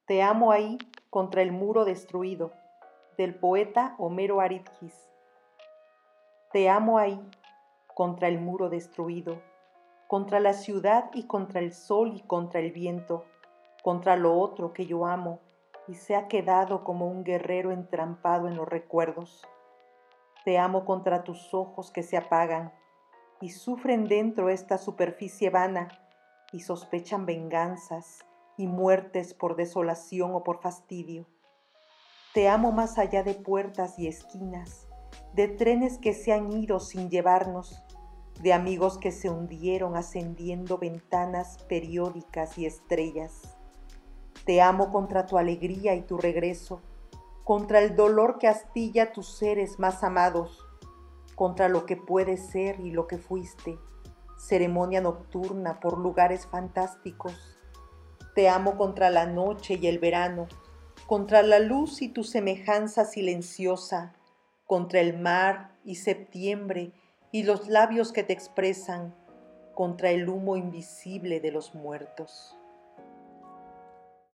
Te amo ahí contra el muro destruido, del poeta Homero Aridgis. Te amo ahí contra el muro destruido, contra la ciudad y contra el sol y contra el viento, contra lo otro que yo amo y se ha quedado como un guerrero entrampado en los recuerdos. Te amo contra tus ojos que se apagan y sufren dentro esta superficie vana y sospechan venganzas y muertes por desolación o por fastidio. Te amo más allá de puertas y esquinas, de trenes que se han ido sin llevarnos, de amigos que se hundieron ascendiendo ventanas periódicas y estrellas. Te amo contra tu alegría y tu regreso, contra el dolor que astilla tus seres más amados, contra lo que puedes ser y lo que fuiste, ceremonia nocturna por lugares fantásticos. Te amo contra la noche y el verano, contra la luz y tu semejanza silenciosa, contra el mar y septiembre y los labios que te expresan, contra el humo invisible de los muertos.